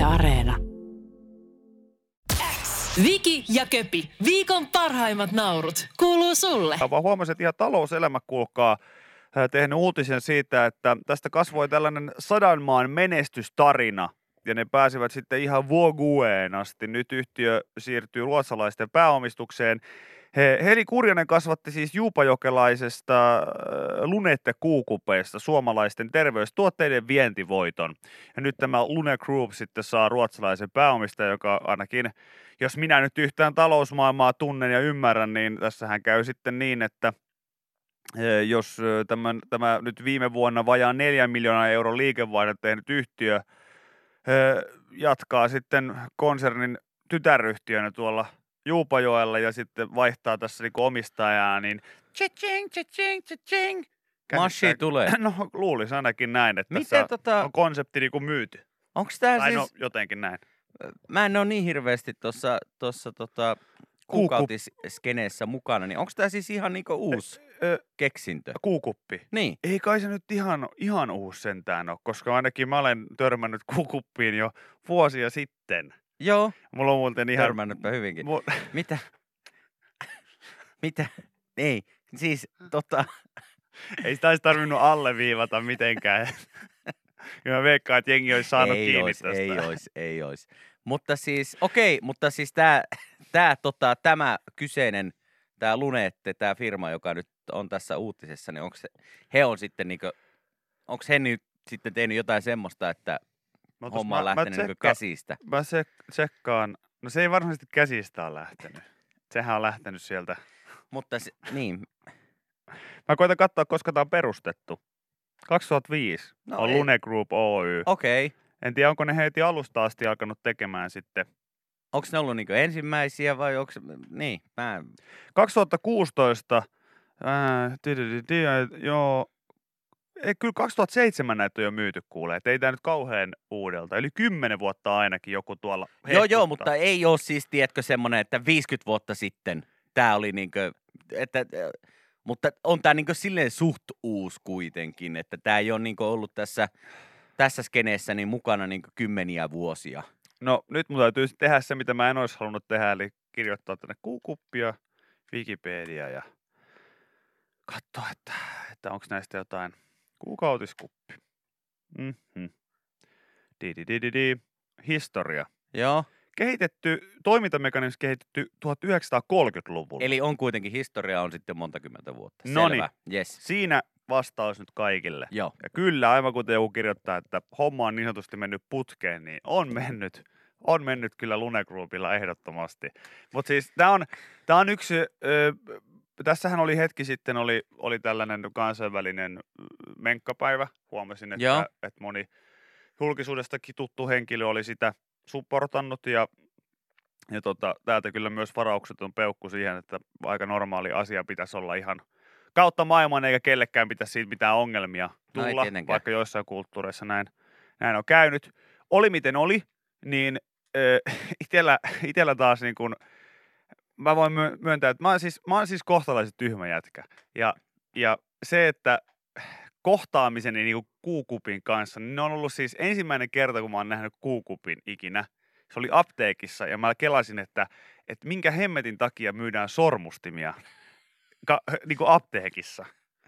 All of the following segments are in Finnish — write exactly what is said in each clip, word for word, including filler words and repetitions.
Areena. Viki ja Köpi, viikon parhaimmat naurut, kuuluu sulle. Mä huomasin, että ihan talouselämä, kuulkaa, tehnyt uutisen siitä, että tästä kasvoi tällainen sadan maan menestystarina. Ja ne pääsivät sitten ihan Vogueen asti. Nyt yhtiö siirtyy ruotsalaisten pääomistukseen. He, Heli Kurjanen kasvatti siis juupajokelaisesta Lunette kuukupeesta suomalaisten terveystuotteiden vientivoiton. Ja nyt tämä Lune Group sitten saa ruotsalaisen pääomistajan, joka ainakin, jos minä nyt yhtään talousmaailmaa tunnen ja ymmärrän, niin tässähän käy sitten niin, että jos tämän, tämä nyt viime vuonna vajaan neljän miljoonaa euron liikevaihdon tehnyt yhtiö jatkaa sitten konsernin tytäryhtiönä tuolla Juupajoella ja sitten vaihtaa tässä niinku omistajaa, niin tsa-ching, tsa-ching, tsa-ching. Mashi tulee. No luulisin ainakin näin, että Miten tässä tota, on konsepti niinku myyty. onks tää Tai siis, no jotenkin näin. mä en oo niin hirveästi tossa, tossa tota, kuukautiskeneessä mukana, niin onks tää siis ihan niinku uusi Ö, keksintö? kuukuppi. Niin. Ei kai se nyt ihan, ihan uusi sentään ole, koska ainakin mä olen törmännyt kuukuppiin jo vuosia sitten. Joo, Mulla on muuten ihan... törmännytpä hyvinkin. Mu- Mitä? Mitä? Ei, siis tota, Ei sitä olisi tarvinnut alleviivata mitenkään. Ja mä veikkaan, että jengi olisi saanut ei kiinni ois, tästä. ei ois, ei ois. Mutta siis, okei, mutta siis tää, tää, tota, tämä kyseinen, tää Lunette, tää firma, joka nyt on tässä uutisessa, niin onks se, he on sitten niinku, onks he nyt sitten tehnyt jotain semmoista, että No, homma on lähtenyt niinku tsekkaan- käsistä? Mä se, tsekkaan. No se ei varsinaisesti käsistä ole lähtenyt. Sehän on lähtenyt sieltä. Mutta se, niin, Mä koitan katsoa, koska tää on perustettu. kaksituhattaviisi No on ei- Lune Group Oy. okei. Okay. En tiedä, onko ne heti alusta asti alkanut tekemään sitten. Onko ne ollut niinku ensimmäisiä vai onko, niin, mä, kaksituhattakuusitoista, ää, tidididi, joo, ei, kyllä kaksituhattaseitsemän näitä on jo myyty, kuulee. Et ei tää nyt kauhean uudelta. Eli kymmenen vuotta ainakin joku tuolla joo joo, hehkuttaa. mutta ei ole siis, tiedätkö, semmoinen, että viisikymmentä vuotta sitten tää oli niinkö, että, mutta on tää niinkö silleen suht uusi kuitenkin, että tää ei ole niinkö ollut tässä, tässä skeneessä niin mukana niinkö kymmeniä vuosia. No nyt mun täytyy sit tehdä se, mitä mä en olisi halunnut tehdä, eli kirjoittaa tänne kuukuppia, Wikipedia ja katsoa, että, että onko näistä jotain. Kuukautiskuppi. Mm-hmm. Di-di-di-di-di. Historia. Joo, Kehitetty, toimintamekanismi kehitetty tuhatyhdeksänsataakolmekymmentäluvulla. eli on kuitenkin, historia on sitten monta kymmentä vuotta. Noniin. Selvä, yes. Siinä vastaus nyt kaikille. Joo. Ja kyllä, aivan kuten joku kirjoittaa, että homma on niin sanotusti mennyt putkeen, niin on mennyt. On mennyt kyllä Lune Groupilla ehdottomasti. Mutta siis tämä on, tää on yksi, ö, tässähän oli hetki sitten, oli, oli tällainen kansainvälinen menkkapäivä. Huomasin, Joo. että, että moni julkisuudestakin tuttu henkilö oli sitä supportannut ja Ja tota, täältä kyllä myös varaukset on peukku siihen, että aika normaali asia pitäisi olla ihan kautta maailman, eikä kellekään pitäisi siitä mitään ongelmia No ei tulla, tietenkään. vaikka joissain kulttuureissa näin, näin on käynyt. Oli miten oli, niin äh, itellä, itellä taas niin kun, mä voin myö- myöntää, että mä oon siis, mä oon siis kohtalaisen tyhmä jätkä. Ja, ja se, että kohtaamiseni niin kuin kuukupin kanssa, niin ne on ollut siis ensimmäinen kerta, kun mä oon nähnyt kuukupin ikinä. Se oli apteekissa ja mä kelasin, että, että minkä hemmetin takia myydään sormustimia ka, niin kuin apteekissa.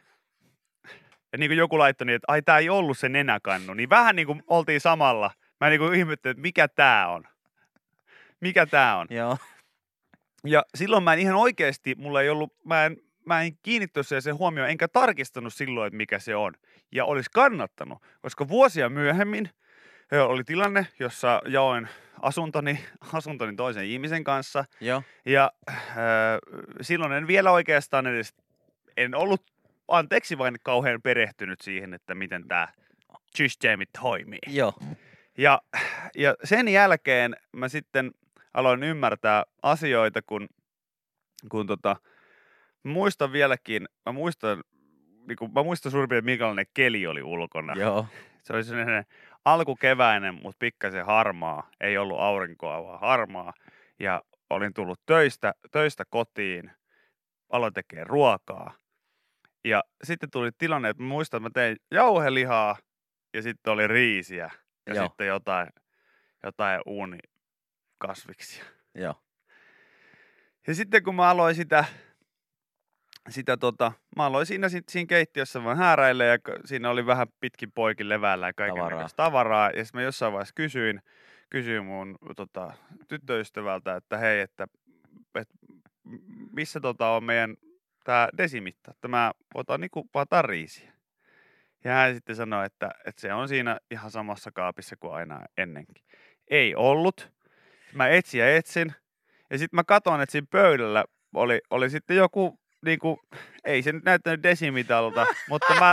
Ja niin kuin joku laittoi niin, että ai tää ei ollut se nenäkannu, niin vähän niin kuin oltiin samalla. Mä niin kuin ihmettelin, että mikä tää on. Mikä tää on. Joo. Ja silloin mä en ihan oikeasti, mulla ei ollut, mä en, mä en kiinnittänyt siihen sen huomioon, enkä tarkistanut silloin, että mikä se on. Ja olisi kannattanut, koska vuosia myöhemmin ö, oli tilanne, jossa jaoin asuntoni, asuntoni toisen ihmisen kanssa. Joo. Ja äh, silloin en vielä oikeastaan edes, en ollut, anteeksi vain kauhean perehtynyt siihen, että miten tämä systeemi toimii. Joo. Ja, ja sen jälkeen mä sitten aloin ymmärtää asioita, kun, kun tota, muistan vieläkin, mä muistan, niin kun, mä muistan suurin piirtein, minkälainen keli oli ulkona. Joo. Se oli sellainen alkukeväinen, mutta pikkasen harmaa. Ei ollut aurinkoa, vaan harmaa. Ja olin tullut töistä, töistä kotiin, aloin tekemään ruokaa. Ja sitten tuli tilanne, että mä muistan, että mä tein jauhelihaa ja sitten oli riisiä ja Joo. sitten jotain, jotain uunikasviksia. Joo. Ja sitten kun mä aloin sitä, sitä tota, mä aloin siinä, siinä keittiössä vaan hääräille ja siinä oli vähän pitkin poikin levällä ja kaikenlaista tavaraa. Ja sitten mä jossain vaiheessa kysyin, kysyin mun tota, tyttöystävältä, että hei, että, että missä tota on meidän tää desimitta, että mä otan niinku vaan riisiä. Ja hän sitten sanoi, että, että se on siinä ihan samassa kaapissa kuin aina ennenkin. Ei ollut. Mä etsin ja etsin. Ja sitten mä katson, että siinä pöydällä oli, oli sitten joku, niinku, ei se nyt näyttänyt desimitalta, mutta mä,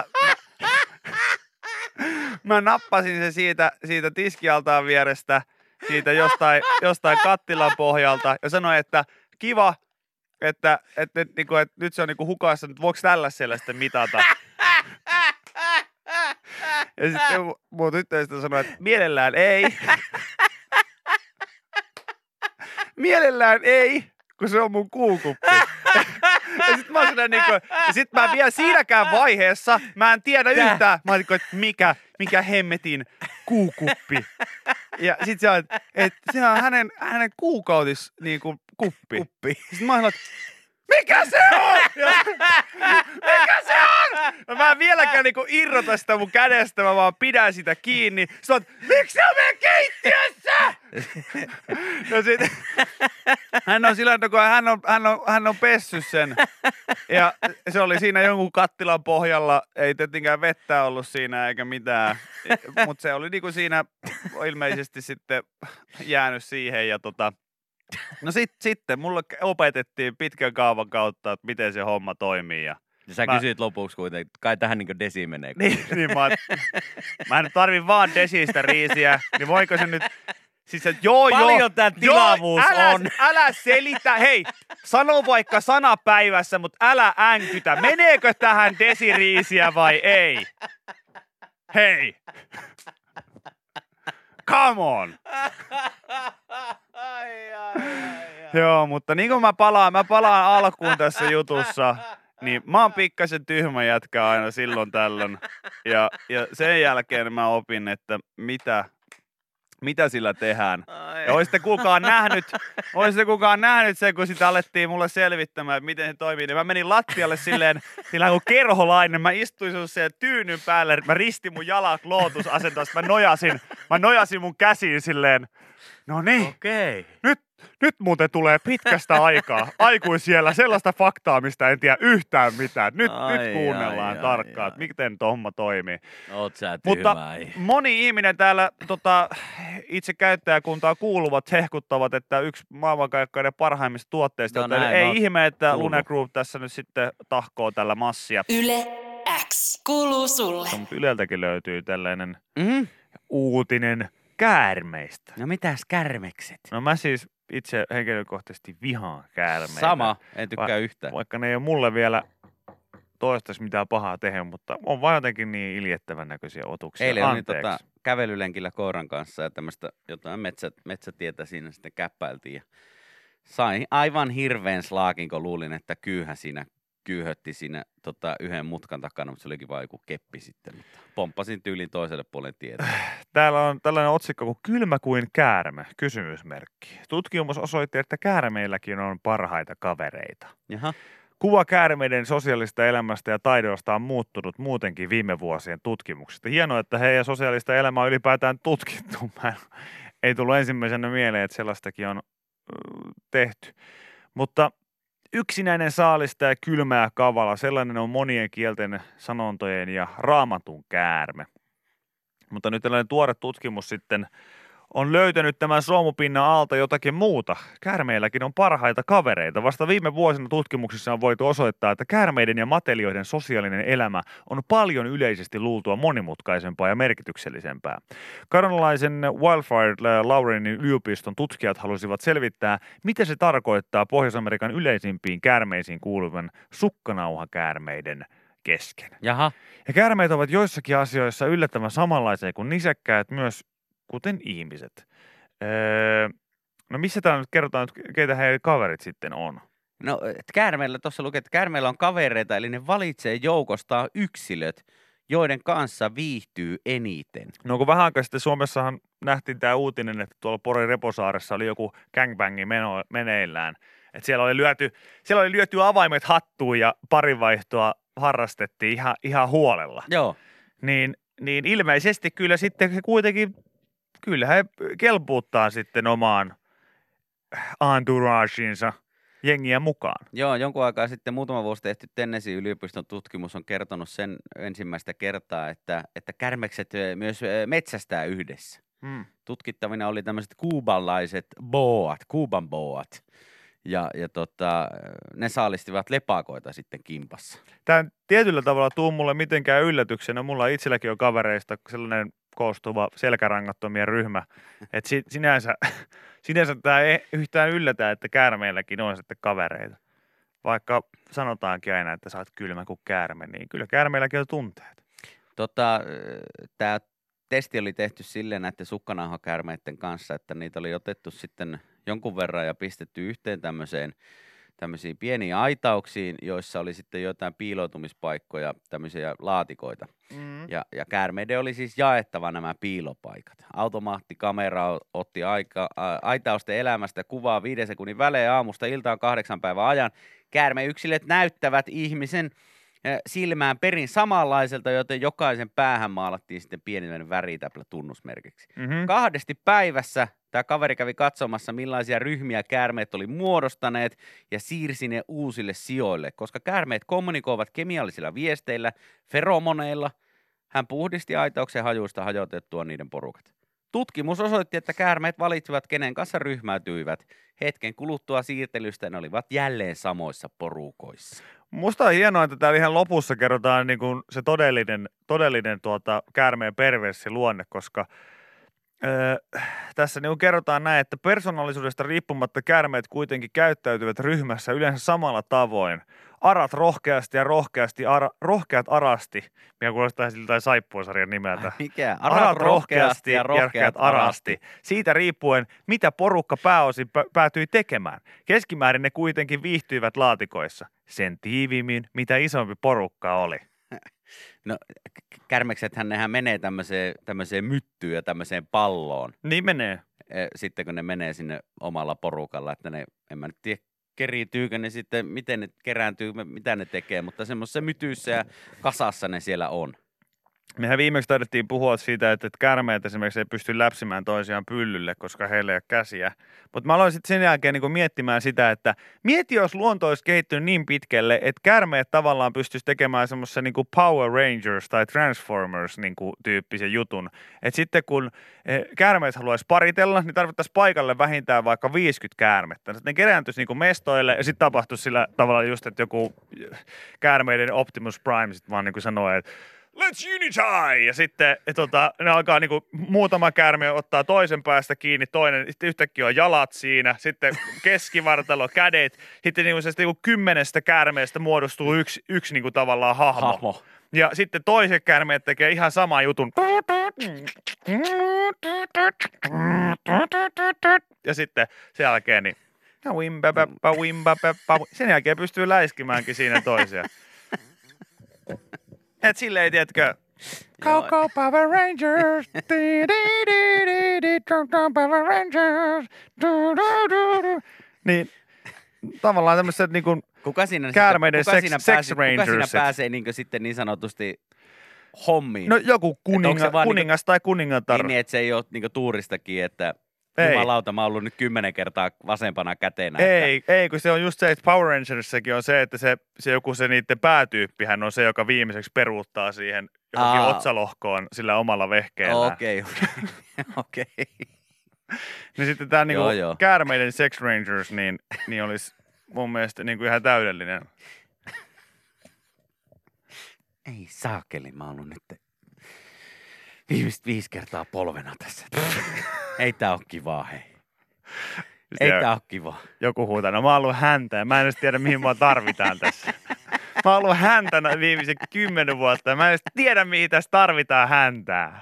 mä nappasin se siitä, siitä tiskialtaan vierestä, siitä jostain, jostain kattilan pohjalta ja sanoin, että kiva, että, että, että, että, että nyt se on niinku hukassa, että voiko tällä siellä sitten mitata. Ja sitten mun tyttöystä sanoi, että mielellään ei. Mielellään ei, kun se on mun kuukuppi. Ja sit mä oon niin kuin, ja sit mä vielä siinäkään vaiheessa, mä en tiedä Tää. yhtään, mä oon niin kuin, että mikä, mikä hemmetin kuukuppi. Ja sit se on, että, että se on hänen, hänen kuukautis niin kuin kuppi. kuppi. Sit mä oon, että mikä se on? Mikä se on? No mä en vieläkään niinku irrota sitä mun kädestä, mä vaan pidän sitä kiinni. Sä oot, miksi se on meidän keittiössä? No sit, hän on sillä tavalla, kun hän on, hän on, hän on pessyt sen. Ja se oli siinä jonkun kattilan pohjalla. Ei tietenkään vettä ollut siinä eikä mitään. Mutta se oli niinku siinä ilmeisesti sitten jäänyt siihen ja tota... No sit, sitten mulle opetettiin pitkän kaavan kautta, että miten se homma toimii. Ja ja sä mä... kysyit lopuksi kuitenkin, kai tähän niin kuin desi menee. Niin, niin mä, mä en tarvi vaan desistä riisiä, niin voiko se nyt... Siis, että joo, Paljon joo, tää tilavuus joo, älä, on. Älä selitä, hei, sano vaikka sana päivässä, mutta älä änkytä. Meneekö tähän desiriisiä vai ei? Hei. Come on. Ai, ai, ai, ai. Joo, mutta niin kuin mä palaan, mä palaan alkuun tässä jutussa, niin mä oon pikkasen tyhmä jätkä aina silloin tällöin. Ja, ja sen jälkeen mä opin, että mitä, mitä sillä tehdään. Ja oisitte kukaan nähnyt, oisitte kukaan nähnyt sen, kun sitä alettiin mulle selvittämään, että miten se toimii. Niin mä menin lattialle silleen, sillä kuin kerholainen. Mä istuin sen tyynyn päälle, mä ristin mun jalat lootusasentosta, mä nojasin, mä nojasin mun käsiin silleen. No niin, Okei. nyt, nyt muuten tulee pitkästä aikaa aikuisiellä sellaista faktaa, mistä en tiedä yhtään mitään. Nyt, Ai, nyt kuunnellaan ai, tarkkaan, ai, että miten tuo homma toimii. Oot sä Mutta tyhmä. moni ihminen täällä tota, itse käyttäjäkuntaa kuuluvat hehkuttavat, että yksi maailmankaikkeuden parhaimmista tuotteista, No joten näin, ei no, ihme, että kuuluu. Lune Group tässä nyt sitten tahkoo tällä massia. Yle X kuuluu sulle. Mutta Yleltäkin löytyy tällainen Mm? uutinen käärmeistä. No mitäs kärmekset? No mä siis itse henkilökohtaisesti vihaan käärmeitä. Sama, en tykkää Va- yhtään. Vaikka ne ei ole mulle vielä toistaiseksi mitään pahaa tehdä, mutta on vaan jotenkin niin iljettävän näköisiä otuksia. Eilen olin Anteeksi. tota, kävelylenkillä koiran kanssa ja tämmöistä jotain metsä, metsätietä siinä sitten käppäiltiin. Ja sain aivan hirveän slaakin, kun luulin, että kyyhä siinä kyyhötti siinä tota, yhden mutkan takana, mutta se olikin vaan joku keppi sitten. Mutta pomppasin tyylin toiselle puolelle tietä. Täällä on tällainen otsikko kuin Kylmä kuin käärme, kysymysmerkki. Tutkimus osoitti, että käärmeilläkin on parhaita kavereita. Jaha. Kuva käärmeiden sosiaalista elämästä ja taidoista on muuttunut muutenkin viime vuosien tutkimuksista. Hienoa, että heidän sosiaalista elämää on ylipäätään tutkittu. Mä en, ei tullut ensimmäisenä mieleen, että sellaistakin on äh, tehty. Mutta yksinäinen saalista ja kylmää kavala, sellainen on monien kielten sanontojen ja raamatun käärme. Mutta nyt tällainen tuore tutkimus sitten on löytänyt tämän suomupinnan alta jotakin muuta. Käärmeilläkin on parhaita kavereita. Vasta viime vuosina tutkimuksissa on voitu osoittaa, että käärmeiden ja matelioiden sosiaalinen elämä on paljon yleisesti luultua monimutkaisempaa ja merkityksellisempää. Kanadalaisen Wildfire Laurenin yliopiston tutkijat halusivat selvittää, mitä se tarkoittaa Pohjois-Amerikan yleisimpiin käärmeisiin kuuluvan sukkanauhakäärmeiden kesken. Jaha. Ja käärmeet ovat joissakin asioissa yllättävän samanlaisia kuin nisäkkäät myös, kuten ihmiset. Öö, no missä täällä nyt kerrotaan, että keitä heidän kaverit sitten on? No et käärmeellä, tuossa lukee, että käärmeellä on kavereita, eli ne valitsee joukostaan yksilöt, joiden kanssa viihtyy eniten. No kun vähän aikaa sitten Suomessahan nähtiin tämä uutinen, että tuolla Porin Reposaaressa oli joku gangbangi meno, meneillään. Että siellä oli lyöty, siellä oli lyöty avaimet hattuun ja parinvaihtoa harrastettiin ihan, ihan huolella. Joo. Niin, niin ilmeisesti kyllä sitten he kuitenkin, kyllä he kelpuuttaa sitten omaan entourageinsa jengiä mukaan. Joo, jonkun aikaa sitten muutama vuosi tehty Tennesseein yliopiston tutkimus on kertonut sen ensimmäistä kertaa, että, että kärmekset myös metsästää yhdessä. Hmm. Tutkittavina oli tämmöiset kuubanlaiset boat, Kuuban boat, ja, ja tota, ne saalistivat lepakoita sitten kimpassa. Tämä tietyllä tavalla tuu mulle mitenkään yllätyksenä. Mulla itselläkin on kavereista sellainen koostuva selkärangattomien ryhmä, että si- sinänsä, sinänsä tämä ei yhtään yllätä, että käärmeilläkin on sitten kavereita. Vaikka sanotaankin aina, että sä oot kylmä kuin käärme, niin kyllä käärmeilläkin on tunteet. Tota, tämä testi oli tehty silleen näiden sukkanauhakäärmeiden kanssa, että niitä oli otettu sitten jonkun verran ja pistetty yhteen tämmöiseen, tämmöisiin pieniin aitauksiin, joissa oli sitten jotain piiloutumispaikkoja, tämmöisiä laatikoita. Mm. Ja, ja käärmeiden oli siis jaettava nämä piilopaikat. Automaattikamera otti aika, ä, aitausten elämästä kuvaa viiden sekunnin välein aamusta iltaan kahdeksan päivän ajan. Käärmeyksilöt näyttävät ihmisen silmään perin samanlaiselta, joten jokaisen päähän maalattiin sitten pieninen väritäplä tunnusmerkiksi. Mm-hmm. Kahdesti päivässä tämä kaveri kävi katsomassa, millaisia ryhmiä käärmeet oli muodostaneet ja siirsi ne uusille sijoille, koska käärmeet kommunikoivat kemiallisilla viesteillä, feromoneilla. Hän puhdisti aitauksen hajuista hajotettua niiden porukat. Tutkimus osoitti, että käärmeet valitsivat, kenen kanssa ryhmäytyivät. Hetken kuluttua siirtelystä ne olivat jälleen samoissa porukoissa. Musta on hienoa, että täällä ihan lopussa kerrotaan niin kuin se todellinen, todellinen tuota, käärmeen perverssi luonne, koska öö, tässä niin kuin kerrotaan näin, että persoonallisuudesta riippumatta käärmeet kuitenkin käyttäytyvät ryhmässä yleensä samalla tavoin. Arat rohkeasti ja rohkeasti, ara, rohkeat arasti, mikä kuulostaa siltä saippuasarjan nimeltä. Mikä? Arat, Arat rohkeasti ja rohkeat, rohkeat arasti. arasti. Siitä riippuen, mitä porukka pääosin pä- päätyi tekemään. Keskimäärin ne kuitenkin viihtyivät laatikoissa. Sen tiiviimmin, mitä isompi porukka oli. No kärmeksethän nehän menee tämmöiseen, tämmöiseen myttyyn ja tämmöiseen palloon. Niin menee. Sitten kun ne menee sinne omalla porukalla, että ne, en mä nyt tiedä, keriytyykö ne sitten, miten ne kerääntyy, mitä ne tekee, mutta semmoisessa mytyissä ja kasassa ne siellä on. Mehän viimeksi taidettiin puhua siitä, että käärmeet esimerkiksi ei pysty läpsimään toisiaan pyllylle, koska heillä ei ole käsiä. Mutta mä aloin sitten sen jälkeen niin miettimään sitä, että mieti, jos luonto olisi kehittynyt niin pitkälle, että käärmeet tavallaan pystyisi tekemään semmoisen niin kuin Power Rangers tai Transformers niin kuin tyyppisen jutun. Että sitten kun käärmeet haluaisi paritella, niin tarvittaisiin paikalle vähintään vaikka viisikymmentä käärmettä. Sitten ne kerääntyisi niin kuin mestoille ja sitten tapahtuisi sillä tavalla just, että joku käärmeiden Optimus Prime sitten vaan niin kuin sanoo, että let's unify! Ja sitten tota, ne alkaa niinku, muutama käärme ottaa toisen päästä kiinni, toinen, sitten yhtäkkiä on jalat siinä, sitten keskivartalo, kädet, sitten niinku, se, niinku kymmenestä käärmeestä muodostuu yksi, yksi niinku, tavallaan hahmo. hahmo. Ja sitten toiset käärmeet tekee ihan saman jutun. Ja sitten sen jälkeen niin, sen jälkeen pystyy läiskimäänkin siinä toisia. Et silleen, tiedätkö, Coco Power Rangers, Power Rangers, niin tavallaan tämmöiset niin kuin kuka siinä käärmeiden kuka sex, siinä sex pääsee, Rangers. Kuka siinä pääsee niin sitten niin sanotusti hommiin? No joku kuninga, kuningas niin tai kuningatar. Niin, että se ei ole niin tuuristakin, että ei. Jumalauta, mä oon ollut nyt kymmenen kertaa vasempana kätenä. Ei, että ei, kun se on just se, että Power Rangerssakin on se, että se, se joku se niiden päätyyppihän on se, joka viimeiseksi peruuttaa siihen johonkin Aa. otsalohkoon sillä omalla vehkeellään. Okei, okei. Niin sitten tämä niinku Joo, joo. käärmeiden Sex Rangers, niin, niin olisi mun mielestä niinku ihan täydellinen. Ei saakeli, mä oon ollut nyt viimeiset viisi kertaa polvena tässä. Ei tää oo kivaa, hei. Ei tää oo kivaa. Joku huutaa, no mä oon ollut häntä ja mä en edes tiedä mihin mua tarvitaan tässä. Mä oon ollut häntänä viimeisen kymmenen vuotta ja mä en edes tiedä mihin tässä tarvitaan häntää.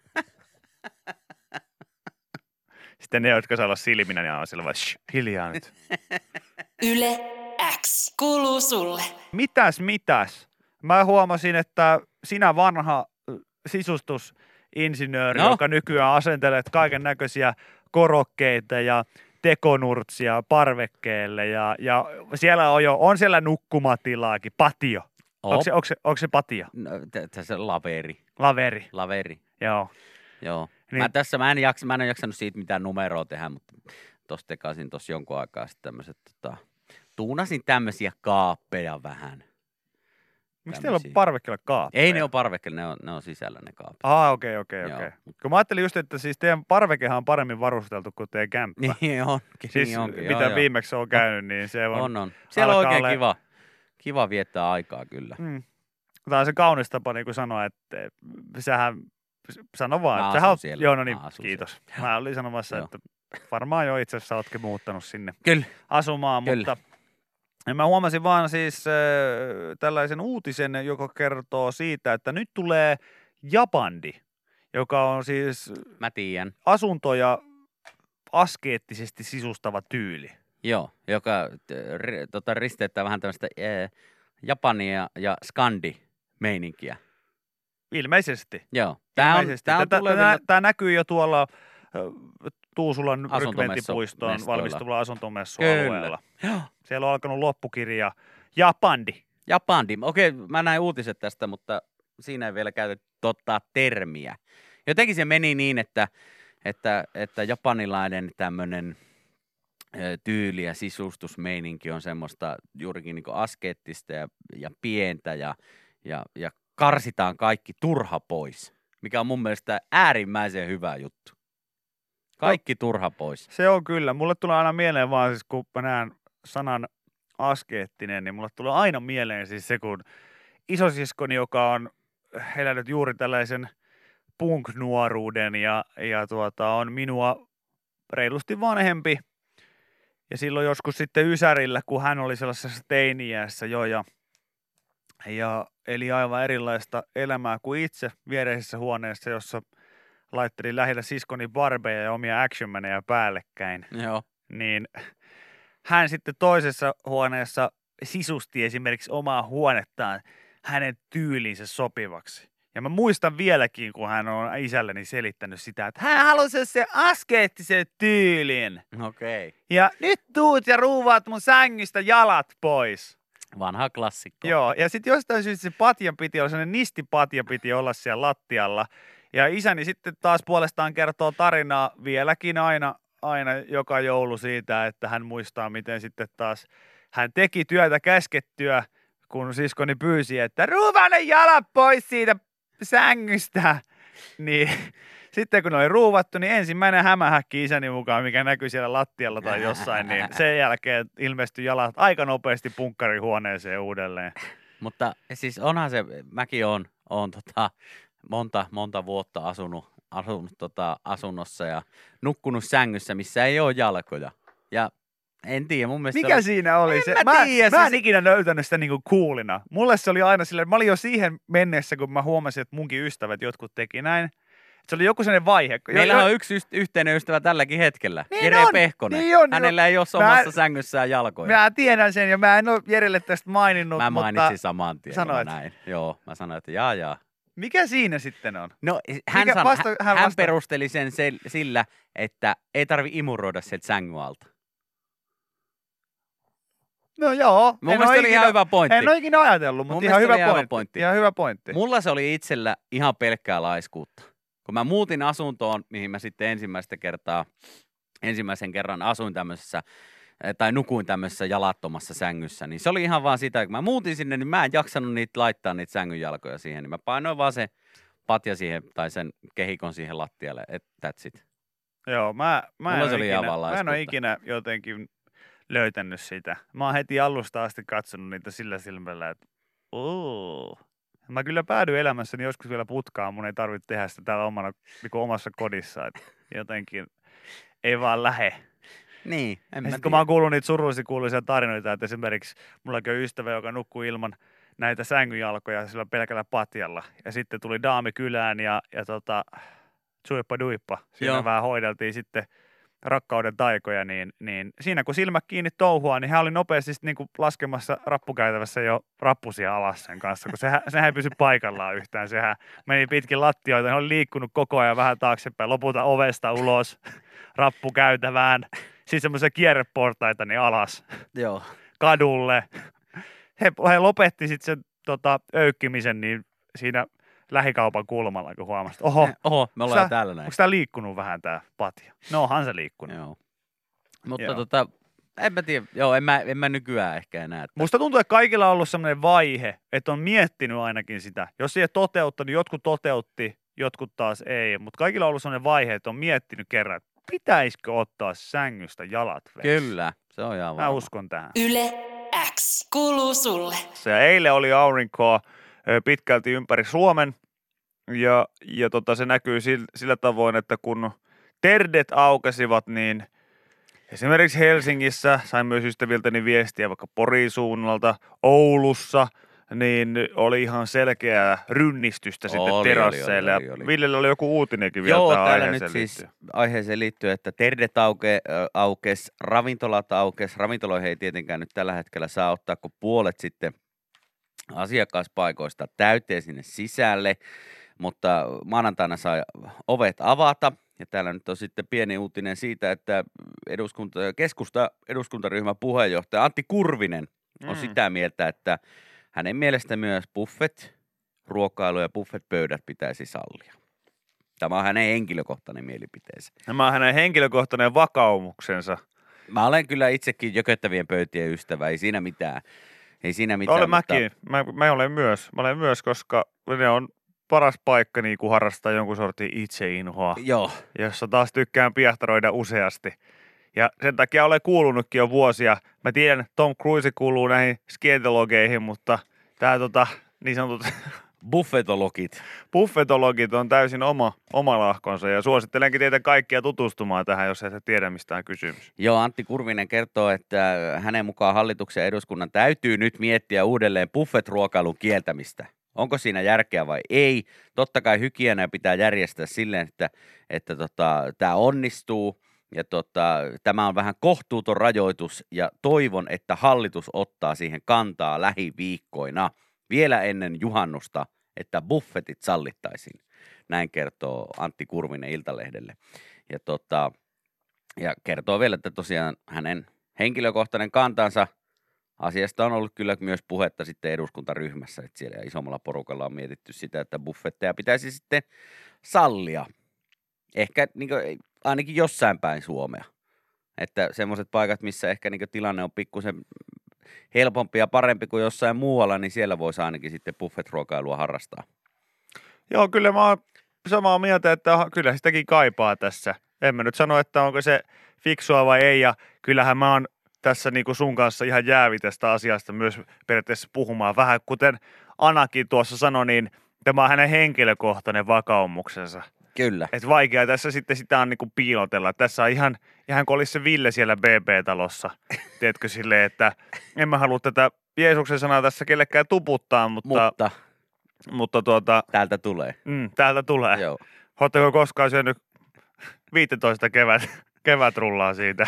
Sitten ne, jotka saa olla silminä, niin on sillä vaan, shh, hiljaa nyt. Yle X kuuluu sulle. Mitäs, mitäs? Mä huomasin, että sinä vanha sisustus insinööri, No. joka nykyään asentelee kaiken näköisiä korokkeita ja tekonurtsia parvekkeelle ja, ja siellä on jo, on siellä nukkumatilaakin, patio. Oh. Onko se, onko, se, onko se patio? No, tässä laveri. Laveri, Laveri. joo. Joo. Niin. Mä tässä mä en, jaksa, mä en ole jaksanut siitä mitään numeroa tehdä, mutta tossa tekasin tossa jonkun aikaa sitten tämmöiset, tota, tuunasin tämmöisiä kaappeja vähän. Miksi teillä on Tämmösiä. parvekkeella kaappeja? Ei ne ole parvekkeella, ne on, ne on sisällä ne kaapit. Ah, okei, okei, Joo. okei. Kun mä ajattelin just, että siis teidän parvekehan on paremmin varusteltu kuin teidän kämppä. Niin onkin, Siis niin onkin. mitä joo, viimeksi on käynyt, niin se on... joo. On, on. Siellä on alkaa oikein ole- kiva, kiva viettää aikaa kyllä. Mm. Tämä on se kaunis tapa niin kuin sanoa, että sähän, sano vaan, Mä että sähän asun oot- siellä. joo, no niin, Mä asun kiitos. siellä. Mä olin sanomassa, Joo. että varmaan jo itse asiassa ootkin muuttanut sinne Kyllä. asumaan, Kyllä. mutta ja mä huomasin vaan siis äh, tällaisen uutisen, joka kertoo siitä, että nyt tulee Japandi, joka on siis Mä tiedän. asuntoja askeettisesti sisustava tyyli. Joo, joka t- ri, tota, risteyttää vähän tämmöistä äh, Japania ja Skandi-meininkiä. Ilmeisesti. Joo. Tää on, Ilmeisesti. tää on Tätä- tulevilla... tää- Tää näkyy jo tuolla ö, Tuusulan Asuntomessu- rykmenttipuistoon mestoilla. valmistuvalla asuntomessualueella. Joo. Siellä on alkanut loppukirja Japandi. Japandi. Okei, mä näin uutiset tästä, mutta siinä ei vielä käytetty tota termiä. Jotenkin se meni niin, että, että, että japanilainen tämmöinen tyyli ja sisustusmeininki on semmoista juurikin niin askeettista ja, ja pientä ja, ja, ja karsitaan kaikki turha pois, mikä on mun mielestä äärimmäisen hyvä juttu. Kaikki turha pois. Se on kyllä. Mulle tulee aina mieleen vaan siis, kun mä näen sanan askeettinen, niin mulle tulee aina mieleen siis se, kun isosiskoni, joka on elänyt juuri tällaisen punk-nuoruuden ja, ja tuota, on minua reilusti vanhempi. Ja silloin joskus sitten Ysärillä, kun hän oli sellaisessa teiniässä jo ja, ja eli aivan erilaista elämää kuin itse viereisessä huoneessa, jossa laittelin lähinnä siskoni barbeja ja omia actionmaneja päällekkäin. Joo. Niin hän sitten toisessa huoneessa sisusti esimerkiksi omaa huonettaan hänen tyylinsä sopivaksi. Ja mä muistan vieläkin, kun hän on isälleni selittänyt sitä, että hän halusi se askeettisen tyylin. Okei. Okay. Ja nyt tuut ja ruuvaat mun sängystä jalat pois. Vanha klassikko. Joo, ja sitten jostain syystä se patjan piti olla, sellainen nistipatja piti olla siellä lattialla. Ja isäni sitten taas puolestaan kertoo tarinaa vieläkin aina, aina joka joulu siitä, että hän muistaa, miten sitten taas hän teki työtä käskettyä, kun siskoni pyysi, että ruuvaa ne jalat pois siitä sängystä. Niin sitten kun ne oli ruuvattu, niin ensimmäinen hämähäkki isäni mukaan, mikä näkyi siellä lattialla tai jossain, niin sen jälkeen ilmestyi jalat aika nopeasti punkkarihuoneeseen uudelleen. Mutta siis onhan se, mäkin oon, oon tota, monta, monta vuotta asunut, asunut tota, asunnossa ja nukkunut sängyssä, missä ei ole jalkoja. Ja en tiedä, mun mielestä... Mikä se siinä oli? En Se, mä mä, tiedä, mä en siis- ikinä löytänyt sitä niinku coolina. Mulle se oli aina silleen, mä olin jo siihen mennessä, kun mä huomasin, että munkin ystävät jotkut teki näin. Se oli joku sellainen vaihe. Meillä jo, on yksi yst- yhteinen ystävä tälläkin hetkellä, Niin Jere on, Pehkonen. niin on, Hänellä no, ei ole mä- omassa sängyssään jalkoja. Mä tiedän sen ja mä en ole Jerelle tästä maininnut, Mä mainitsin mutta saman tien, sanoit. sanoit. näin. Joo, mä sanoin, että jaa jaa. mikä siinä sitten on? No hän, Mikä- san, vasta- hän, hän hän vasta- perusteli sen sel, sillä, että ei tarvi imuroida sieltä sängyn alta. No joo. Mun en mielestä oo oli ikinä- ihan hyvä pointti. En ole ikinä ajatellut, Mun mutta ihan mielestä hyvä, oli ihan pointti. hyvä pointti. Ihan hyvä pointti. Mulla se oli itsellä ihan pelkkää laiskuutta. Kun mä muutin asuntoon, mihin mä sitten ensimmäistä kertaa, ensimmäisen kerran asuin tämmöisessä, eh, tai nukuin tämmöisessä jalattomassa sängyssä, niin se oli ihan vaan sitä, kun mä muutin sinne, niin mä en jaksanut niitä laittaa niitä sängynjalkoja siihen, niin mä painoin vaan se patja siihen, tai sen kehikon siihen lattialle, että that's it. Joo, mä, mä, en Mulla ole se oli ihan ikinä, vaan mä en ole laiskuutta. ikinä jotenkin löytänyt sitä. Mä oon heti alusta asti katsonut niitä sillä silmällä, että ooo. Mä kyllä päädyin elämässäni joskus vielä putkaan, mun ei tarvitse tehdä sitä täällä omana, niin kuin omassa kodissa, että jotenkin ei vaan lähe. Niin, en Ja mä sit, kun mä oon tiedä. kuullut niitä surullisia kuuluisia tarinoita, että esimerkiksi mullakin on ystävä, joka nukkuu ilman näitä sängyjalkoja sillä pelkällä patjalla. Ja sitten tuli daami kylään ja, ja tota, suippa duippa. Siinä Joo. vähän hoideltiin sitten rakkauden taikoja, niin, niin siinä kun silmä kiinni touhua, niin hän oli nopeasti niin kuin laskemassa rappukäytävässä jo rappusia alas sen kanssa, kun sehän, sehän ei pysy paikallaan yhtään. Sehän meni pitkin lattioita, hän oli liikkunut koko ajan vähän taaksepäin, lopulta ovesta ulos rappukäytävään, siis semmoisia kierreportaita niin alas Joo. kadulle. He, he lopetti sitten sen tota, öykkimisen niin siinä lähikaupan kulmalla, kun huomasi, oho, Eh, Oho, me ollaan sä- täällä näin. onko tää liikkunut vähän tää patja? No onhan se liikkunut. Joo. Mutta Joo. tota, en mä tiedä, joo, en mä, en mä nykyään ehkä enää. Että... Musta tuntuu, että kaikilla on ollut sellainen vaihe, että on miettinyt ainakin sitä. Jos ei ole toteuttanut, jotkut toteutti, jotkut taas ei. Mutta kaikilla on ollut sellainen vaihe, että on miettinyt kerran, että pitäisikö ottaa sängystä jalat veksi. Kyllä, se on ihan Mä varma. uskon tähän. Yle X kuuluu sulle. Ja eilen oli aurinkoa ö, pitkälti ympäri Suomen. Ja, ja tota, se näkyy sillä, sillä tavoin, että kun terdet aukesivat, niin esimerkiksi Helsingissä, sain myös ystäviltäni viestiä vaikka Porin suunnalta, Oulussa, niin oli ihan selkeää rynnistystä sitten Oli, oli, terasseille. oli, oli, oli. Ja Villellä oli joku uutinenkin vielä Joo, tähän täällä aiheeseen nyt siis liittyen. aiheeseen liittyy, että terdet auke, ö, aukes, ravintolat aukes. Ravintoloihin ei tietenkään nyt tällä hetkellä saa ottaa, kun puolet sitten asiakaspaikoista täyteen sinne sisälle, mutta maanantaina saa ovet avata. Ja täällä nyt on sitten pieni uutinen siitä, että eduskunta, keskusta eduskuntaryhmän puheenjohtaja Antti Kurvinen on Mm. sitä mieltä, että hänen mielestä myös buffet, ruokailu ja buffetpöydät pitäisi sallia. Tämä on hänen henkilökohtainen mielipiteensä. Nämä on hänen henkilökohtainen vakaumuksensa. Mä olen kyllä itsekin jököttävien pöytien ystävä, ei siinä mitään. Ei siinä mitään. Olen mutta- mäkin. Mä, mä olen myös. Mä olen myös, koska ne on paras paikka niin kuin harrastaa jonkun sortin itseinhoa, Joo, jossa taas tykkään piahtaroida useasti. Ja sen takia olen kuulunutkin jo vuosia. Mä tiedän, että Tom Cruise kuuluu näihin skientologeihin, mutta tää tota, niin sanotut buffetologit. buffetologit on täysin oma, oma lahkonsa. Ja suosittelenkin teitä kaikkia tutustumaan tähän, jos et tiedä, mistä on kysymys. Joo, Antti Kurvinen kertoo, että hänen mukaan hallituksen ja eduskunnan täytyy nyt miettiä uudelleen buffetruokailun kieltämistä. Onko siinä järkeä vai ei? Totta kai hygienia pitää järjestää silleen, että, että tota, tämä onnistuu. Ja tota, tämä on vähän kohtuuton rajoitus ja toivon, että hallitus ottaa siihen kantaa lähiviikkoina vielä ennen juhannusta, että buffetit sallittaisiin. Näin kertoo Antti Kurvinen Iltalehdelle. Ja, tota, ja kertoo vielä, että tosiaan hänen henkilökohtainen kantansa asiasta on ollut kyllä myös puhetta sitten eduskuntaryhmässä, että siellä isommalla porukalla on mietitty sitä, että buffetteja pitäisi sitten sallia. Ehkä niin kuin, ainakin jossain päin Suomea. Että semmoiset paikat, missä ehkä niin kuin tilanne on pikkusen helpompi ja parempi kuin jossain muualla, niin siellä voisi ainakin sitten buffetruokailua harrastaa. Joo, kyllä mä oon samaa mieltä, että kyllä sitäkin kaipaa tässä. En mä nyt sano, että onko se fiksua vai ei, ja kyllähän mä oon tässä niin kuin sun kanssa ihan jäävi tästä asiasta myös periaatteessa puhumaan. Vähän kuten Anakin tuossa sanoi, niin tämä on hänen henkilökohtainen vakaumuksensa. Kyllä. Että vaikea tässä sitten sitä on niin kuin piilotella. Tässä on ihan, ihan kuin olisi se Ville siellä B B-talossa. Tiedätkö silleen, että en mä halua tätä Jeesuksen sanaa tässä kellekään tuputtaa, mutta, mutta, Mutta mutta tuota, täältä tulee. mm, täältä tulee. Joo. Oletteko koskaan syönyt viisitoista kevät, kevätrullaa siitä?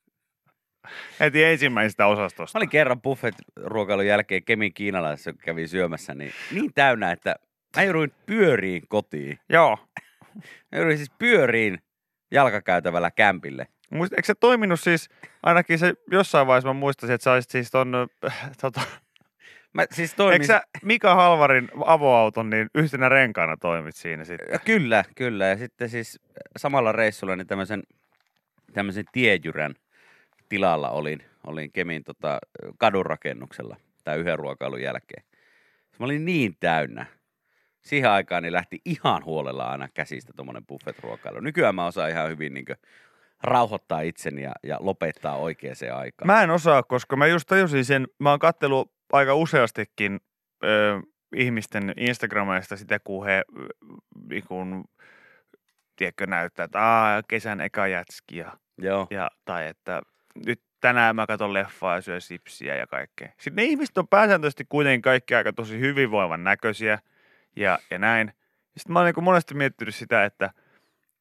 Heti ensimmäisestä osastosta. Mä olin kerran buffet-ruokailun jälkeen Kemin kiinalaisessa, kun kävin syömässä, niin niin täynnä, että mä jouduin pyöriin kotiin. Joo. Mä jouduin siis pyöriin jalkakäytävällä kämpille. Muist, eikö se toiminut siis, ainakin se jossain vaiheessa mä muistasin, että sä olisit siis ton, äh, tota, Mä siis eikö toimin... sä Mika Halvarin avoauton niin yhtenä renkaana toimit siinä sitten? Kyllä, kyllä. Ja sitten siis samalla reissulla niin tämmöisen, tämmöisen tiejyrän tilalla olin, olin Kemin tota, kadunrakennuksella tai yhden ruokailun jälkeen. Mä olin niin täynnä. Siihen aikaan niin lähti ihan huolella aina käsistä tommonen buffet-ruokailu. Nykyään mä osaan ihan hyvin niin kuin rauhoittaa itseni ja, ja lopettaa oikeaan aikaan. Mä en osaa, koska mä just tajusin sen, mä oon kattellut aika useastikin ö, ihmisten Instagrameista sitä, kun he niin kun, tiedätkö, näyttää, että Aa, kesän eka jätski ja, Joo. ja, tai että nyt tänään mä katson leffaa ja syön sipsiä ja kaikkea. Sitten ne ihmiset on pääsääntöisesti kuitenkin kaikki aika tosi hyvinvoivan näköisiä ja, ja näin. Sitten mä oon niin monesti miettinyt sitä, että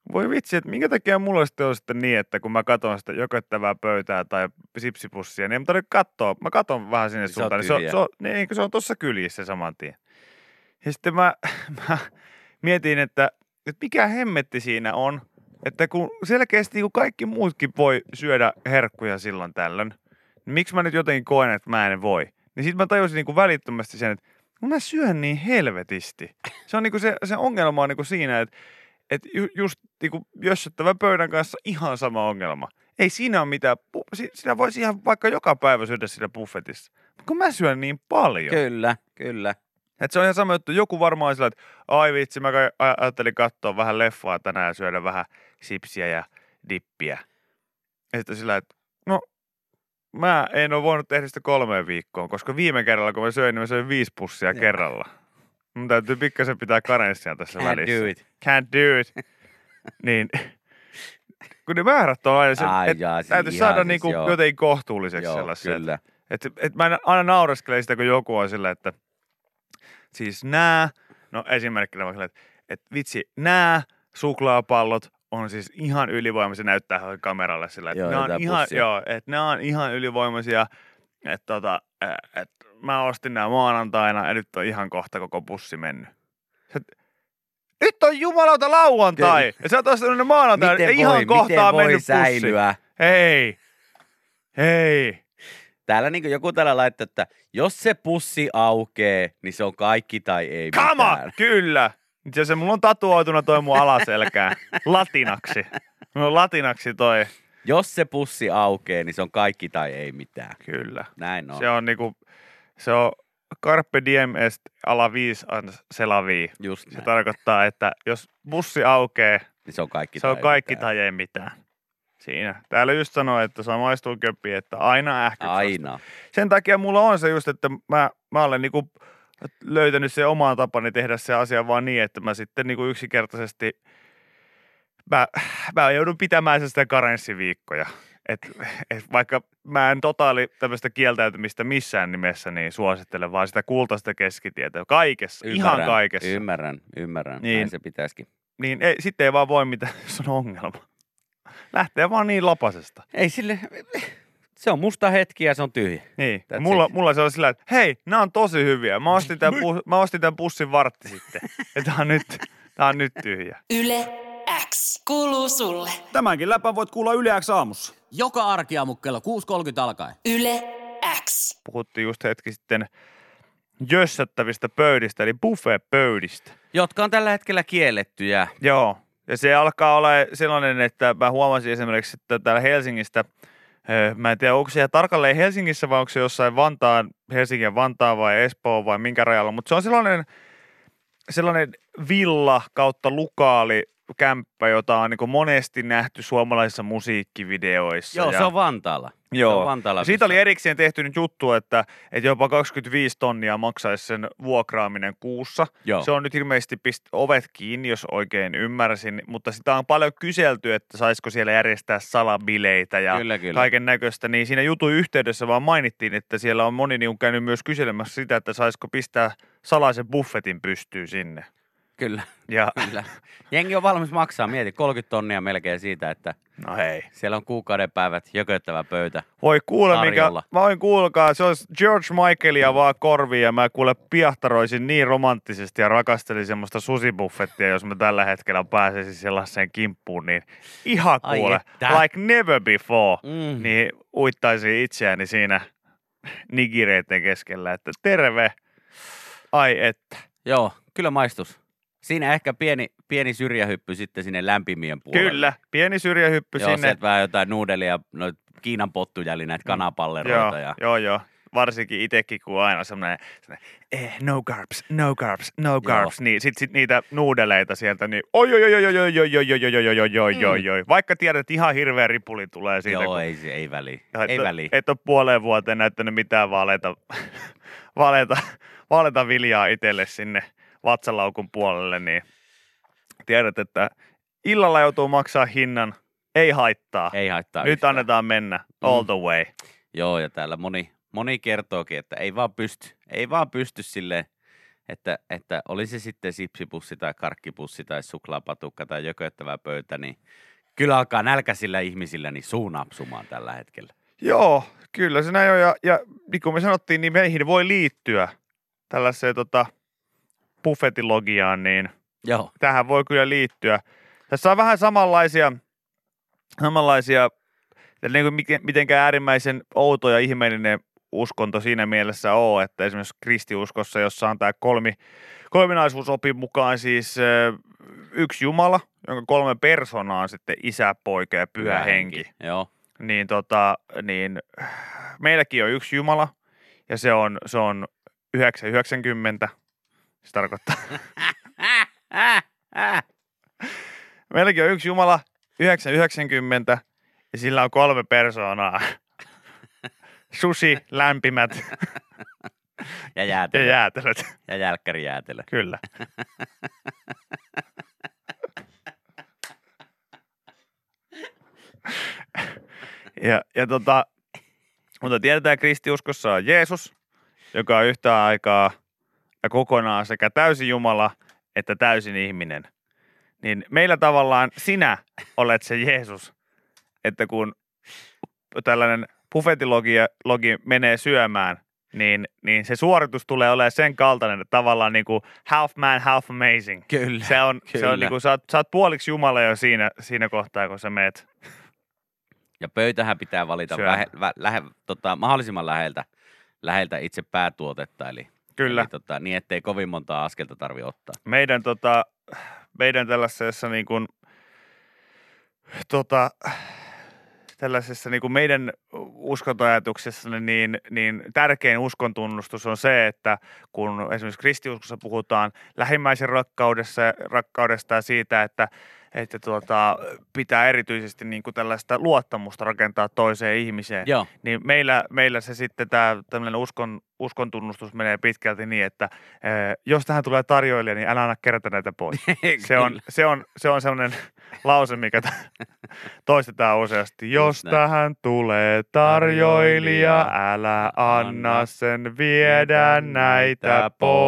Voi vitsi, että minkä takia mulla sitten on sitten niin, että kun mä katson sitä jököttävää pöytää tai sipsipussia, niin en tarvitse katsoa. Mä katson vähän sinne Se on suuntaan. Niin se on, tyhjä. se on, niin, se on tuossa kyljessä saman tien. Ja sitten mä, mä mietin, että, että mikä hemmetti siinä on, että kun selkeästi kun kaikki muutkin voi syödä herkkuja silloin tällöin, niin miksi mä nyt jotenkin koen, että mä en voi? Niin sitten mä tajusin niin kuin välittömästi sen, että kun mä syön niin helvetisti. Se on niin kuin se, se ongelma on niin kuin siinä, että että ju, just niinku jössöttävän pöydän kanssa ihan sama ongelma. Ei siinä ole mitään, siinä voisi ihan vaikka joka päivä syödä siinä buffetissa. Mutta kun mä syön niin paljon. Kyllä, kyllä. Että se on ihan sama juttu. Joku varmaan on sillä, että ai vitsi, mä ajattelin katsoa vähän leffaa tänään ja syödä vähän sipsiä ja dippiä. Ja sitten sillä, että no mä en ole voinut tehdä sitä kolmeen viikkoon, koska viime kerralla kun mä söin, niin mä söin viisi pussia ja. kerralla. Mun täytyy pikkasen pitää karenssia tässä Can't välissä. do it. Can't do it. Niin, kun ne määrät on aina se, että täytyy saada siis, niinku jotenkin kohtuulliseksi joo, sellaisen. Kyllä. Että et mä aina naureskelen sitä, kun joku on sillä, että siis nää, no esimerkkinä vaikka, että et vitsi, nää suklaapallot on siis ihan ylivoimaisia, näyttää kameralle sillä, että ne on ihan, joo, että ne on ihan ylivoimaisia, että tota, et mä ostin nää maanantaina ja nyt on ihan kohta koko pussi mennyt. Nyt on jumalauta lauantai! Kyllä. Ja sä oot ostanut ne maanantaina, ja ihan voi, kohtaa mennyt pussi. Säilyä? Hei! Hei! Täällä niin kuin joku täällä laittaa, että jos se pussi aukee, niin se on kaikki tai ei Kama! mitään. Kyllä! Itse asiassa mulla on tatuoituna toi mun alaselkään. Latinaksi. Mulla on latinaksi toi. Jos se pussi aukee, niin se on kaikki tai ei mitään. Kyllä. Näin on. Se on niinku, se on carpe diem est ala viis se la vie. Just se näin. tarkoittaa, että jos bussi aukee, niin se on kaikki, se tai, on kaikki mitään. tai ei mitään. Siinä. Täällä just sanoi, että saa maistuu köppiä, että aina ähkyksistä. Aina. Sen takia mulla on se just, että mä, mä olen niinku löytänyt se omaan tapani tehdä se asia vaan niin, että mä sitten niinku yksinkertaisesti mä, mä joudun pitämään se sitä karenssiviikkoja. Et, et vaikka mä en totaali tämmöistä kieltäytymistä missään nimessä, niin suosittelen vaan sitä kultaista keskitietä. Kaikessa, ymmärrän, ihan kaikessa. Ymmärrän, ymmärrän. Niin, näin se pitäisikin. Niin ei, sitten ei vaan voi mitään, se on ongelma. Lähtee vaan niin lapasesta. Ei sille, se on musta hetki ja se on tyhjä. Niin, mulla, mulla se on sillä, että hei, nämä on tosi hyviä. Mä ostin tämän, pu, mä ostin tämän pussin vartti sitten. Ja tää on nyt, tää on nyt tyhjä. Yle X kuuluu sulle. Tämänkin läpän voit kuulla Yle X aamussa. Joka arkiaamu kello kuusi kolmekymmentä alkaen. Yle X. Puhuttiin just hetki sitten jössöttävistä pöydistä, eli buffet-pöydistä. Jotka on tällä hetkellä kiellettyjä. Joo, ja se alkaa olla sellainen, että mä huomasin esimerkiksi, että täällä Helsingistä, mä en tiedä, onko se tarkalleen Helsingissä vai onko se jossain Vantaan, Helsingin ja Vantaan vai Espoo vai minkä rajalla, mutta se on sellainen, sellainen villa kautta lukaali kämppä, jota on niin monesti nähty suomalaisissa musiikkivideoissa. Joo, ja se on Vantaalla. Joo, se on Vantaalla, siitä oli erikseen tehty nyt juttu, että, että jopa kaksikymmentäviisi tonnia maksaisi sen vuokraaminen kuussa. Joo. Se on nyt ilmeisesti pist ovet kiinni, jos oikein ymmärsin, mutta sitä on paljon kyselty, että saisiko siellä järjestää salabileitä ja kyllä, kyllä. kaiken näköistä. Niin siinä jutun yhteydessä vaan mainittiin, että siellä on moni niin käynyt myös kyselemässä sitä, että saisiko pistää salaisen buffetin pystyyn sinne. Kyllä, ja kyllä. Jengi on valmis maksaa, mieti, kolmekymmentä tonnia melkein siitä, että no hei. Siellä on kuukauden päivät, jököttävä pöytä. Voi kuule, mikä, mä voin kuulkaa, se olisi George Michaelia vaan korviin ja mä kuule piahtaroisin niin romanttisesti ja rakastelin semmoista susibuffettia, jos mä tällä hetkellä pääsisin sellaiseen kimppuun, niin ihan kuule, like never before, mm. niin uittaisin itseäni siinä nigireiden keskellä, että terve, ai että. Joo, kyllä maistus. Siinä ehkä pieni, pieni syrjähyppy sitten sinne lämpimien puolelle. Kyllä, pieni syrjähyppy joo, sinne. Joo, vähän jotain nuudelia, noita Kiinan pottuja, eli näitä kanapalleroita. Joo, ja... joo, joo. Varsinkin itsekin, kun aina semmoinen, eh, no carbs, no carbs, no carbs, niin sit, sit niitä nuudeleita sieltä, niin oi, oi, oi, oi, oi, oi, oi, oi, oi, oi, oi, oi, oi, oi, vaikka tiedät, että ihan hirveä ripuli tulee siitä. Joo, kun, ei, ei väliä, ei et, väliä. Et ole puoleen vuoteen näyttänyt mitään vaaleita, vaaleita, vaaleita viljaa itselle sinne vatsalaukun puolelle, niin tiedät, että illalla joutuu maksaa hinnan, ei haittaa. Ei haittaa Nyt yhtään. annetaan mennä all the way. Joo, ja täällä moni, moni kertookin, että ei vaan pysty, ei vaan pysty silleen Että, että oli se sitten sipsipussi tai karkkipussi tai suklaapatukka tai jököttävä pöytä, niin kyllä alkaa nälkäisillä ihmisillä niin suu napsumaan tällä hetkellä. Joo, kyllä se näin on. Ja, ja niin kuin me sanottiin, niin meihin voi liittyä tällaiseen tota, buffetilogiaan, niin Joo. tähän voi kyllä liittyä. Tässä on vähän samanlaisia, samanlaisia niin kuin mitenkään äärimmäisen outo ja ihmeellinen uskonto siinä mielessä on, että esimerkiksi kristiuskossa, jossa on tämä kolmi, kolminaisuusopi mukaan siis ö, yksi Jumala, jonka kolme persoonaa on sitten isä, poika ja pyhä, pyhä henki. henki. Joo. Niin, tota, niin meilläkin on yksi Jumala ja se on, se on yhdeksän yhdeksänkymmentä. Se tarkoittaa. Meilläkin on yksi Jumala yhdeksän yhdeksänkymmentä ja sillä on kolme persoonaa. Sushi, lämpimät ja jäätelöt. Ja jäätelöt. Ja jälkkärijäätelö. Kyllä. ja, ja tota, mutta tiedetään, kristiuskossa on Jeesus, joka on yhtä aikaa ja kokonaan sekä täysin Jumala että täysin ihminen. Niin meillä tavallaan sinä olet se Jeesus, että kun tällainen buffetilogi logi menee syömään, niin, niin se suoritus tulee olemaan sen kaltainen, että tavallaan niin kuin half man, half amazing. Kyllä, Se on, kyllä. Se on niin kuin, sä, oot, sä oot puoliksi Jumala jo siinä, siinä kohtaa, kun sä meet. Ja pöytähän pitää valita vähe, vä, lähe, tota, mahdollisimman läheltä, läheltä itse päätuotetta, eli, Kyllä. eli tota, niin ettei kovin montaa askelta tarvitse ottaa. Meidän, tota, meidän tällaisessa niin kuin, tota, tällaisessa niin kuin meidän uskontoajatuksessa niin, niin tärkein uskontunnustus on se, että kun esimerkiksi kristiuskossa puhutaan lähimmäisen rakkaudessa, rakkaudesta ja siitä, että, että tuota, pitää erityisesti niin kuin tällaista luottamusta rakentaa toiseen ihmiseen, Joo. niin meillä, meillä se sitten tämä tämmöinen uskon, uskontunnustus menee pitkälti niin, että eh, jos tähän tulee tarjoilija, niin älä anna kerätä näitä pois. se, on, se, on, se on semmoinen lause, mikä t- toistetaan useasti. Jos tähän tulee tarjoilija, älä anna sen viedä näitä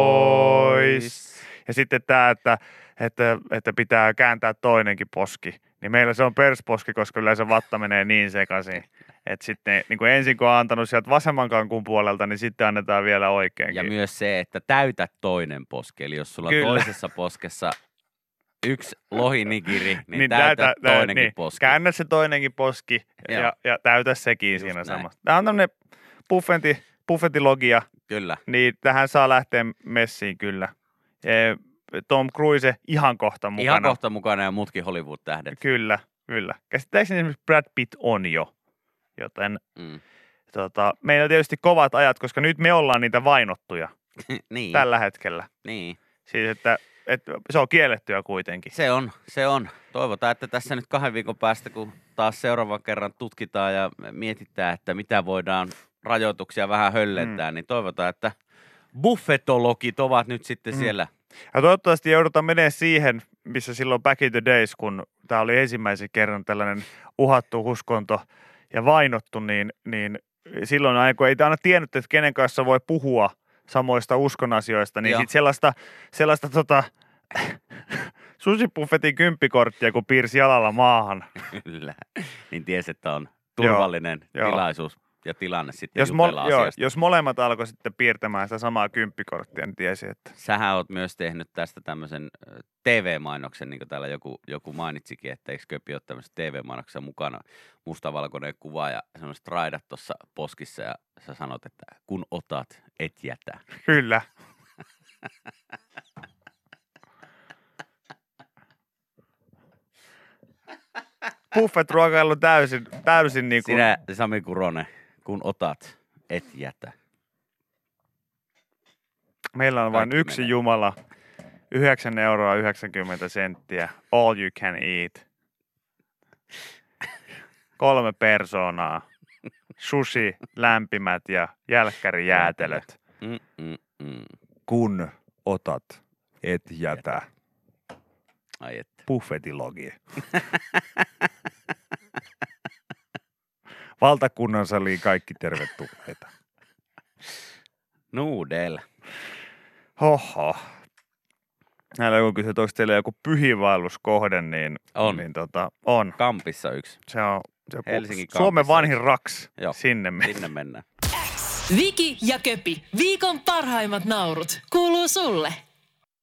pois. Ja sitten tämä, että, että, että pitää kääntää toinenkin poski. Niin meillä se on persposki, koska yleensä vatta menee niin sekaisin. Että sitten niin kuin ensin kun on antanut sieltä vasemman kankun puolelta, niin sitten annetaan vielä oikeinkin. Ja myös se, että täytä toinen poski. Eli jos sulla Kyllä. on toisessa poskessa yksi lohinigiri, niin, niin täytä täytä, toinenkin niin, poski. Käännä se toinenkin poski ja, ja täytä sekin Just siinä näin. samassa. Tämä on tämmöinen buffeti, buffetilogia, Kyllä. niin tähän saa lähteä messiin kyllä. E, Tom Cruise ihan kohta mukana. Ihan kohta mukana ja muutkin Hollywood-tähdet. Kyllä, kyllä. Käsittääkseni esimerkiksi Brad Pitt on jo, joten Mm. tota, meillä on tietysti kovat ajat, koska nyt me ollaan niitä vainottuja niin, tällä hetkellä. niin. Siis, että, että se on kiellettyä kuitenkin. Se on, se on. Toivotaan, että tässä nyt kahden viikon päästä, kun taas seuraavan kerran tutkitaan ja mietitään, että mitä voidaan rajoituksia vähän höllentää, mm. niin toivotaan, että buffetologit ovat nyt sitten mm. siellä. Ja toivottavasti joudutaan menemään siihen, missä silloin back in the days, kun tämä oli ensimmäisen kerran tällainen uhattu uskonto ja vainottu, niin, niin silloin aina, kun ei aina tiennyt, että kenen kanssa voi puhua samoista uskonasioista, niin sitten sellaista, sellaista tota, susibuffetin kymppikorttia, kun piirsi jalalla maahan. Kyllä, niin tiesi, että on turvallinen joo, tilaisuus ja tilanne sitten jos jutella mo- joo, asiasta. jos molemmat alkoi sitten piirtämään sitä samaa kymppikorttia, niin tiesi, että... Sähän oot myös tehnyt tästä tämmöisen T V-mainoksen, niin kuin täällä joku, joku mainitsikin, että eikö Köpi ole tämmöisessä T V-mainoksessa mukana mustavalkoinen kuva ja semmoiset raidat tuossa poskissa ja sä sanot, että kun otat, et jätä. Kyllä. Buffet-ruokailu täysin, täysin niin kuin... Sinä, Sami Kuronen, kun otat, et jätä. Meillä on vain Kaikki yksi menee. Jumala, yhdeksän euroa yhdeksänkymmentä senttiä, all you can eat. Kolme persoonaa, sushi, lämpimät ja jälkkärijäätelöt. Mm, mm, mm. Kun otat, et jätä. Ai että. Buffetilogi. Valtakunnan saliin kaikki tervetulleita. Nuudel. Hoho. Näillä joku kysyy, että onko teillä joku pyhiinvaelluskohde, niin, On. niin tota, on. Kampissa yksi. Se on se Helsingin Suomen kampissa. vanhin raks. Joo. Sinne me. Sinne mennään. Viki ja Köpi, viikon parhaimmat naurut, kuuluu sulle.